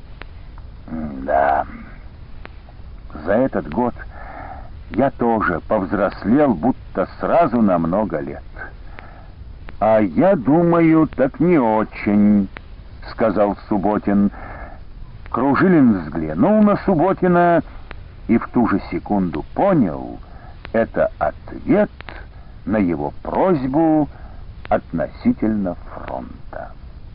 Да. За этот год я тоже повзрослел, будто сразу на много лет. А я думаю, так не очень, сказал Субботин. Кружилин взглянул на Субботина и в ту же секунду понял, это ответ на его просьбу относительно фронта.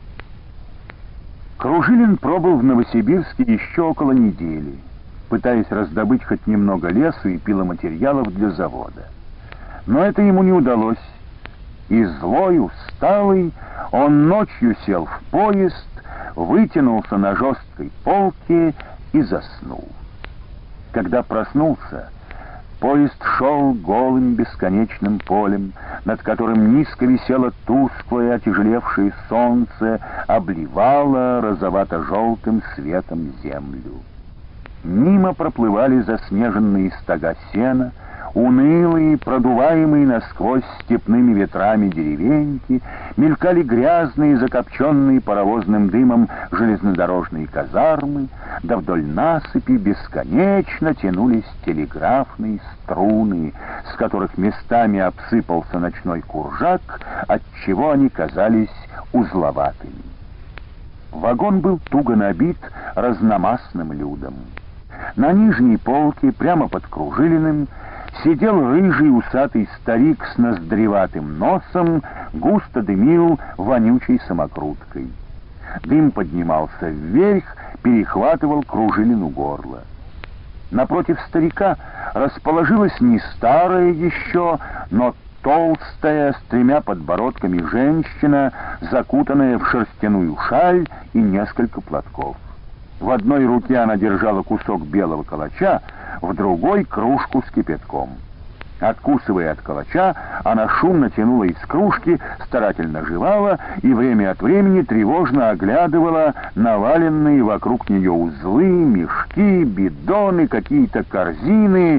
Кружилин пробыл в Новосибирске еще около недели, пытаясь раздобыть хоть немного лесу и пиломатериалов для завода. Но это ему не удалось, и злой, усталый, он ночью сел в поезд, вытянулся на жесткой полке и заснул. Когда проснулся, поезд шел голым бесконечным полем, над которым низко висело тусклое отяжелевшее солнце, обливало розовато-желтым светом землю. Мимо проплывали заснеженные стога сена, унылые, продуваемые насквозь степными ветрами деревеньки, мелькали грязные, закопченные паровозным дымом железнодорожные казармы, да вдоль насыпи бесконечно тянулись телеграфные струны, с которых местами обсыпался ночной куржак, отчего они казались узловатыми. Вагон был туго набит разномастным людом. На нижней полке, прямо под Кружилиным, сидел рыжий усатый старик с ноздреватым носом, густо дымил вонючей самокруткой. Дым поднимался вверх, перехватывал Кружилину горло. Напротив старика расположилась не старая еще, но толстая, с тремя подбородками женщина, закутанная в шерстяную шаль и несколько платков. В одной руке она держала кусок белого калача, в другой — кружку с кипятком. Откусывая от калача, она шумно тянула из кружки, старательно жевала и время от времени тревожно оглядывала наваленные вокруг нее узлы, мешки, бидоны, какие-то корзины,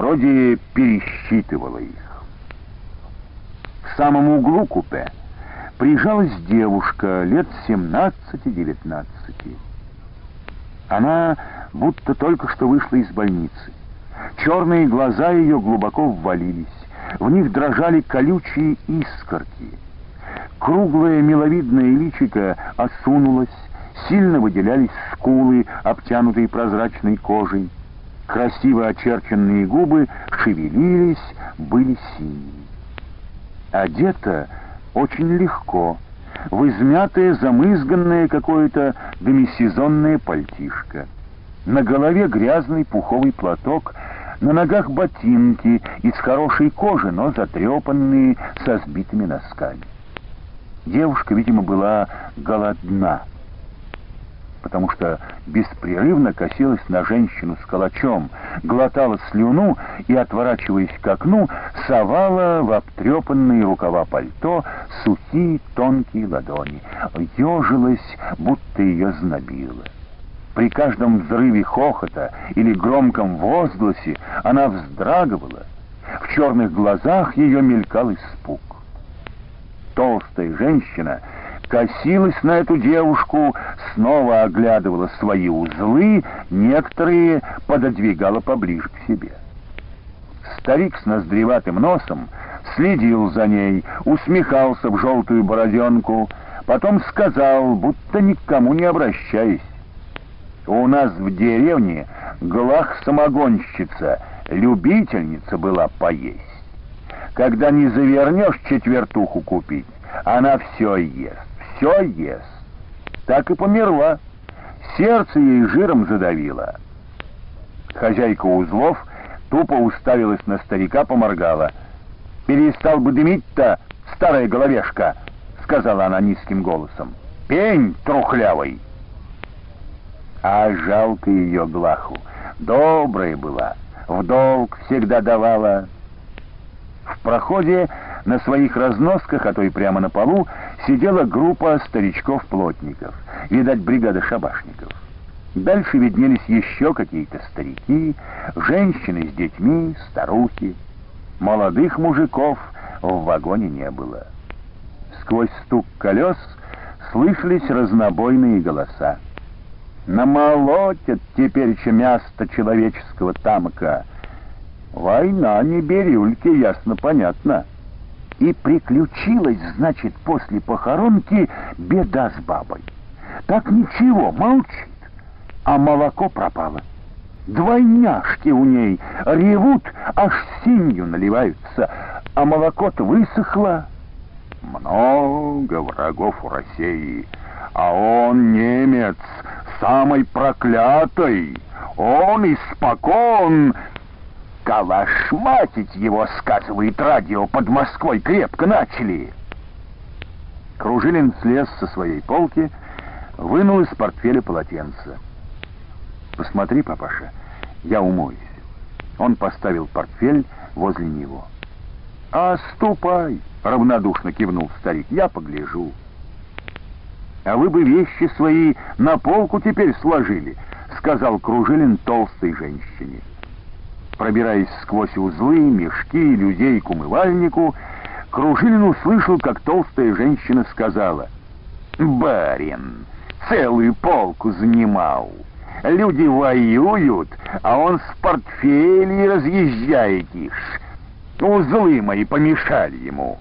вроде пересчитывала их. В самом углу купе, прижалась девушка лет семнадцати-девятнадцати. Она будто только что вышла из больницы. Черные глаза ее глубоко ввалились, в них дрожали колючие искорки. Круглое миловидное личико осунулось, сильно выделялись скулы, обтянутые прозрачной кожей. Красиво очерченные губы шевелились, были синими. Одета очень легко, в измятое, замызганное какое-то демисезонное пальтишко. На голове грязный пуховый платок, на ногах ботинки из хорошей кожи, но затрепанные, со сбитыми носками. Девушка, видимо, была голодна, потому что беспрерывно косилась на женщину с калачом, глотала слюну и, отворачиваясь к окну, совала в обтрепанные рукава пальто сухие тонкие ладони, ежилась, будто ее знобило. При каждом взрыве хохота или громком возгласе она вздрагивала, в черных глазах ее мелькал испуг. Толстая женщина косилась на эту девушку, снова оглядывала свои узлы, некоторые пододвигала поближе к себе. Старик с ноздреватым носом следил за ней, усмехался в желтую бороденку, потом сказал, будто никому не обращаясь: «У нас в деревне глах-самогонщица, любительница была поесть. Когда не завернешь четвертуху купить, она все ест, все ест. Так и померла. Сердце ей жиром задавило». Хозяйка узлов тупо уставилась на старика, поморгала. «Перестал бы дымить-то, старая головешка», — сказала она низким голосом. «Пень трухлявый». А жалко ее Глаху. Добрая была, в долг всегда давала. В проходе на своих разносках, а то и прямо на полу, сидела группа старичков-плотников, видать, бригада шабашников. Дальше виднелись еще какие-то старики, женщины с детьми, старухи. Молодых мужиков в вагоне не было. Сквозь стук колес слышались разнобойные голоса. Намолотят теперь-че мясо человеческого тамка. Война не бирюльки, ясно, понятно. И приключилась, значит, после похоронки беда с бабой. Так ничего, молчит, а молоко пропало. Двойняшки у ней ревут, аж синью наливаются, а молоко-то высохло. Много врагов у России, а он немец, самый проклятый. Он испокон... Калашматить его, сказывает радио, под Москвой крепко начали. Кружилин слез со своей полки, вынул из портфеля полотенце. «Посмотри, папаша, я умоюсь». Он поставил портфель возле него. «А ступай», — равнодушно кивнул старик, — «я погляжу». «А вы бы вещи свои на полку теперь сложили», — сказал Кружилин толстой женщине. Пробираясь сквозь узлы, мешки, людей к умывальнику, Кружилин услышал, как толстая женщина сказала: «Барин, целую полку занимал. Люди воюют, а он с портфелей разъезжает их. Узлы мои помешали ему».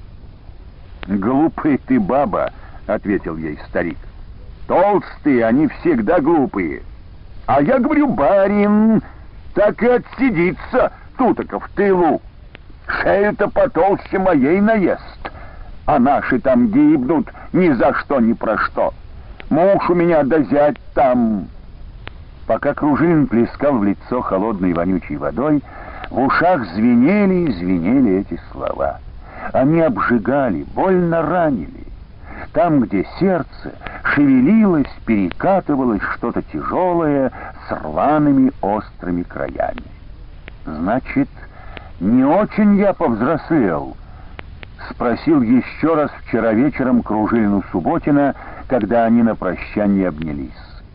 «Глупая ты баба», — ответил ей старик. «Толстые, они всегда глупые. А я говорю, барин, так и отсидится тутока в тылу. Шею-то потолще моей наест, а наши там гибнут ни за что, ни про что. Муж у меня да зять там». Пока Кружилин плескал в лицо холодной вонючей водой, в ушах звенели и звенели эти слова. Они обжигали, больно ранили. Там, где сердце шевелилось, перекатывалось что-то тяжелое с рваными острыми краями. «Значит, не очень я повзрослел?» — спросил еще раз вчера вечером Кружилину Субботина, когда они на прощанье обнялись.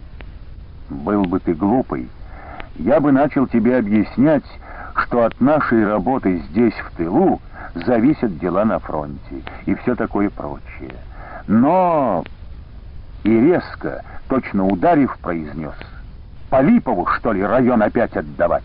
«Был бы ты глупый, я бы начал тебе объяснять, что от нашей работы здесь, в тылу, зависят дела на фронте и все такое прочее. Но и резко, точно ударив, произнес: «По Липову, что ли, район опять отдавать?»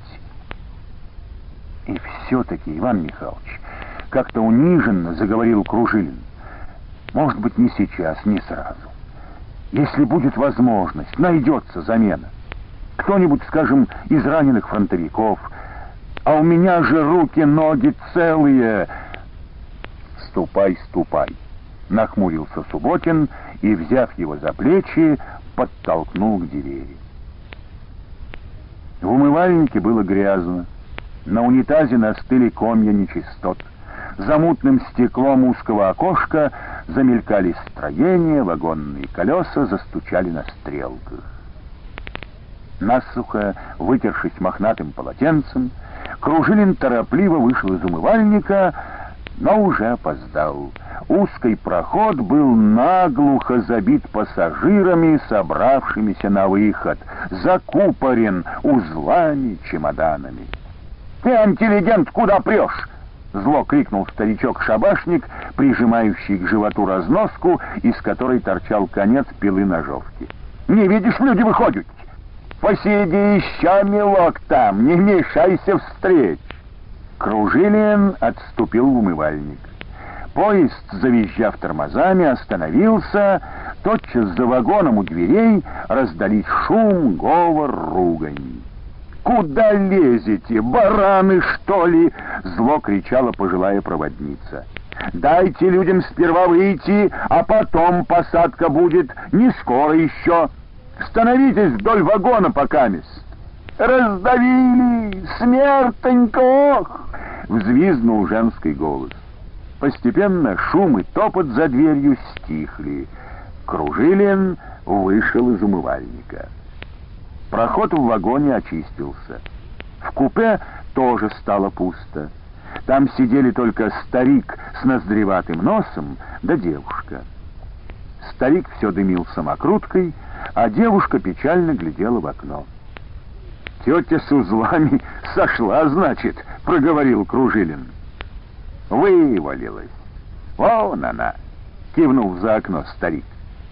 И все-таки, Иван Михайлович, как-то униженно заговорил Кружилин: «Может быть, не сейчас, не сразу. Если будет возможность, найдется замена. Кто-нибудь, скажем, из раненых фронтовиков. А у меня же руки, ноги целые». «Ступай, ступай», — нахмурился Субботин и, взяв его за плечи, подтолкнул к двери. В умывальнике было грязно. На унитазе настыли комья нечистот. За мутным стеклом узкого окошка замелькали строения, вагонные колеса застучали на стрелках. Насухо вытершись мохнатым полотенцем, Кружилин торопливо вышел из умывальника, но уже опоздал. Узкий проход был наглухо забит пассажирами, собравшимися на выход, закупорен узлами, чемоданами. «Ты, интеллигент, куда прешь?» — зло крикнул старичок-шабашник, прижимающий к животу разноску, из которой торчал конец пилы-ножовки. «Не видишь, люди выходят! Посиди еще, милок, там, не мешайся встреч!» Кружилин отступил в умывальник. Поезд, завизжав тормозами, остановился. Тотчас за вагоном у дверей раздались шум, говор, ругань. «Куда лезете, бараны, что ли?» — зло кричала пожилая проводница. «Дайте людям сперва выйти, а потом посадка будет, не скоро еще. Становитесь вдоль вагона покамест». «Раздавили! Смертенько, ох!» — взвизгнул женский голос. Постепенно шум и топот за дверью стихли. Кружилин вышел из умывальника. Проход в вагоне очистился. В купе тоже стало пусто. Там сидели только старик с ноздреватым носом да девушка. Старик все дымил самокруткой, а девушка печально глядела в окно. «Тетя с узлами сошла, значит», — проговорил Кружилин. «Вывалилась. Вон она», — кивнул за окно старик.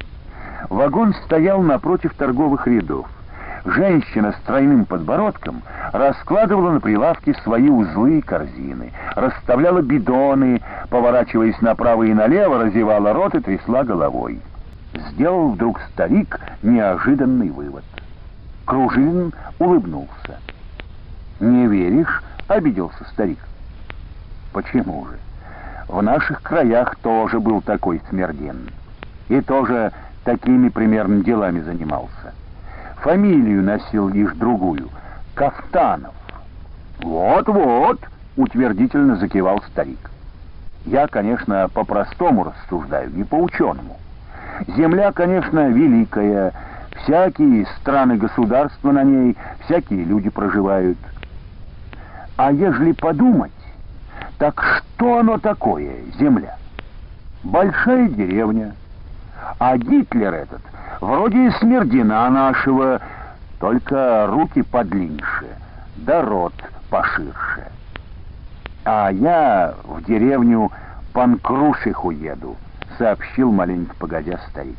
Вагон стоял напротив торговых рядов. Женщина с тройным подбородком раскладывала на прилавке свои узлы и корзины, расставляла бидоны, поворачиваясь направо и налево, разевала рот и трясла головой. Сделал вдруг старик неожиданный вывод. Кружилин улыбнулся. «Не веришь?» — обиделся старик. «Почему же? В наших краях тоже был такой смерден. И тоже такими примерно делами занимался. Фамилию носил лишь другую — Кафтанов». «Вот-вот», — утвердительно закивал старик. «Я, конечно, по-простому рассуждаю, не по-ученому. Земля, конечно, великая, всякие страны-государства на ней, всякие люди проживают. А ежели подумать, так что оно такое, земля? Большая деревня. А Гитлер этот вроде смердина нашего, только руки подлиннее, да рот поширше. А я в деревню Панкрушиху еду», — сообщил маленько погодя старик.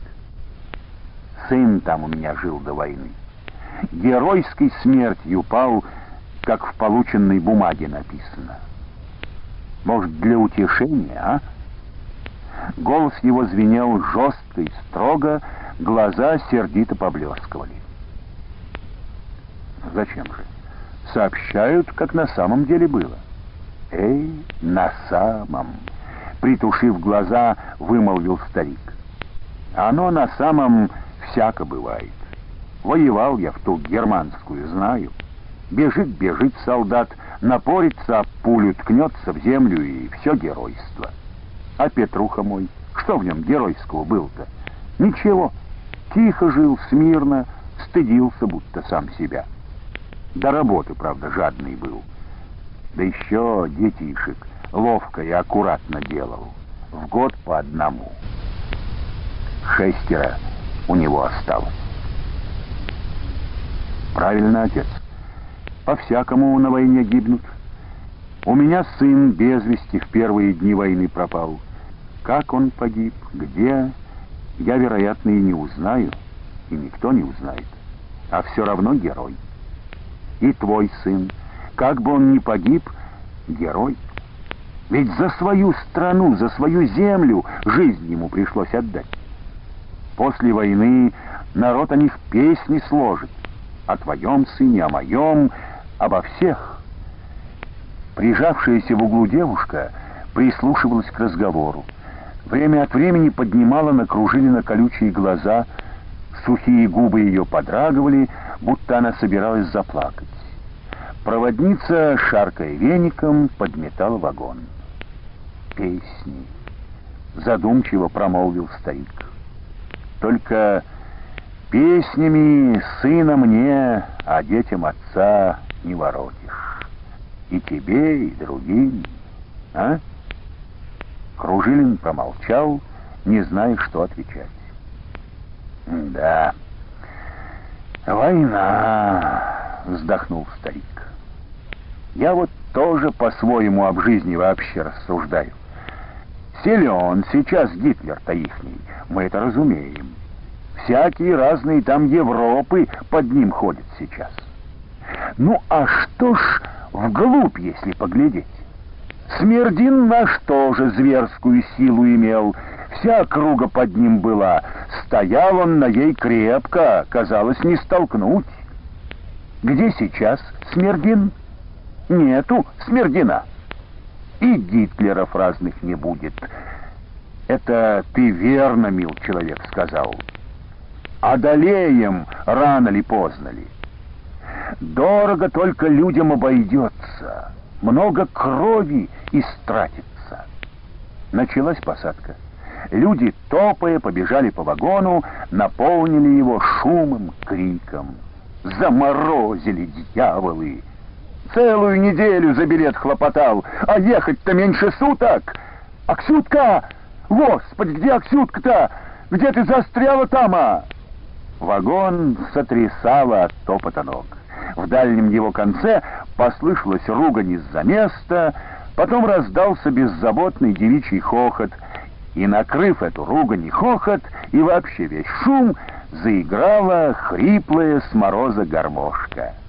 «Сын там у меня жил до войны. Геройской смертью пал, как в полученной бумаге написано. Может, для утешения, а?» Голос его звенел жестко и строго, глаза сердито поблескивали. «Зачем же? Сообщают, как на самом деле было». «Эй, на самом!» — притушив глаза, вымолвил старик. «Оно на самом всяко бывает. Воевал я в ту германскую, знаю. Бежит, бежит солдат, напорится об пулю, ткнется в землю, и все геройство. А Петруха мой, что в нем геройского был-то? Ничего, тихо жил, смирно, стыдился, будто сам себя. До работы, правда, жадный был. Да еще детишек ловко и аккуратно делал. В год по одному. Шестеро у него осталось». «Правильно, отец. По-всякому на войне гибнут. У меня сын без вести в первые дни войны пропал. Как он погиб, где, я, вероятно, и не узнаю, и никто не узнает. А все равно герой. И твой сын, как бы он ни погиб, герой. Ведь за свою страну, за свою землю жизнь ему пришлось отдать. После войны народ о них песни сложит. О твоем сыне, о моем, обо всех. Прижавшаяся в углу девушка прислушивалась к разговору. Время от времени поднимала на Кружилина колючие глаза, сухие губы ее подрагивали, будто она собиралась заплакать. Проводница, шаркая веником, подметала вагон. «Песни», — задумчиво промолвил старик. «Только песнями сына мне, а детям отца не воротишь. И тебе, и другим, а?» Кружилин промолчал, не зная, что отвечать. «Да, война», — вздохнул старик. «Я вот тоже по-своему об жизни вообще рассуждаю. Силен сейчас Гитлер-то ихний, мы это разумеем. Всякие разные там Европы под ним ходят сейчас. Ну а что ж вглубь, если поглядеть? Смердин наш тоже зверскую силу имел, вся округа под ним была, стоял он на ей крепко, казалось, не столкнуть. Где сейчас Смердин? Нету Смердина. И Гитлеров разных не будет. Это ты верно, мил человек, сказал. Одолеем рано ли поздно ли. Дорого только людям обойдется, много крови истратится. Началась посадка. Люди, топая, побежали по вагону, наполнили его шумом, криком. Заморозили, дьяволы! Целую неделю за билет хлопотал, а ехать-то меньше суток. Аксютка! Господи, где Аксютка-то? Где ты застряла там, а? Вагон сотрясало от топота ног. В дальнем его конце послышалась ругань из-за места, потом раздался беззаботный девичий хохот, и, накрыв эту ругань и хохот, и вообще весь шум, заиграла хриплая с мороза гармошка.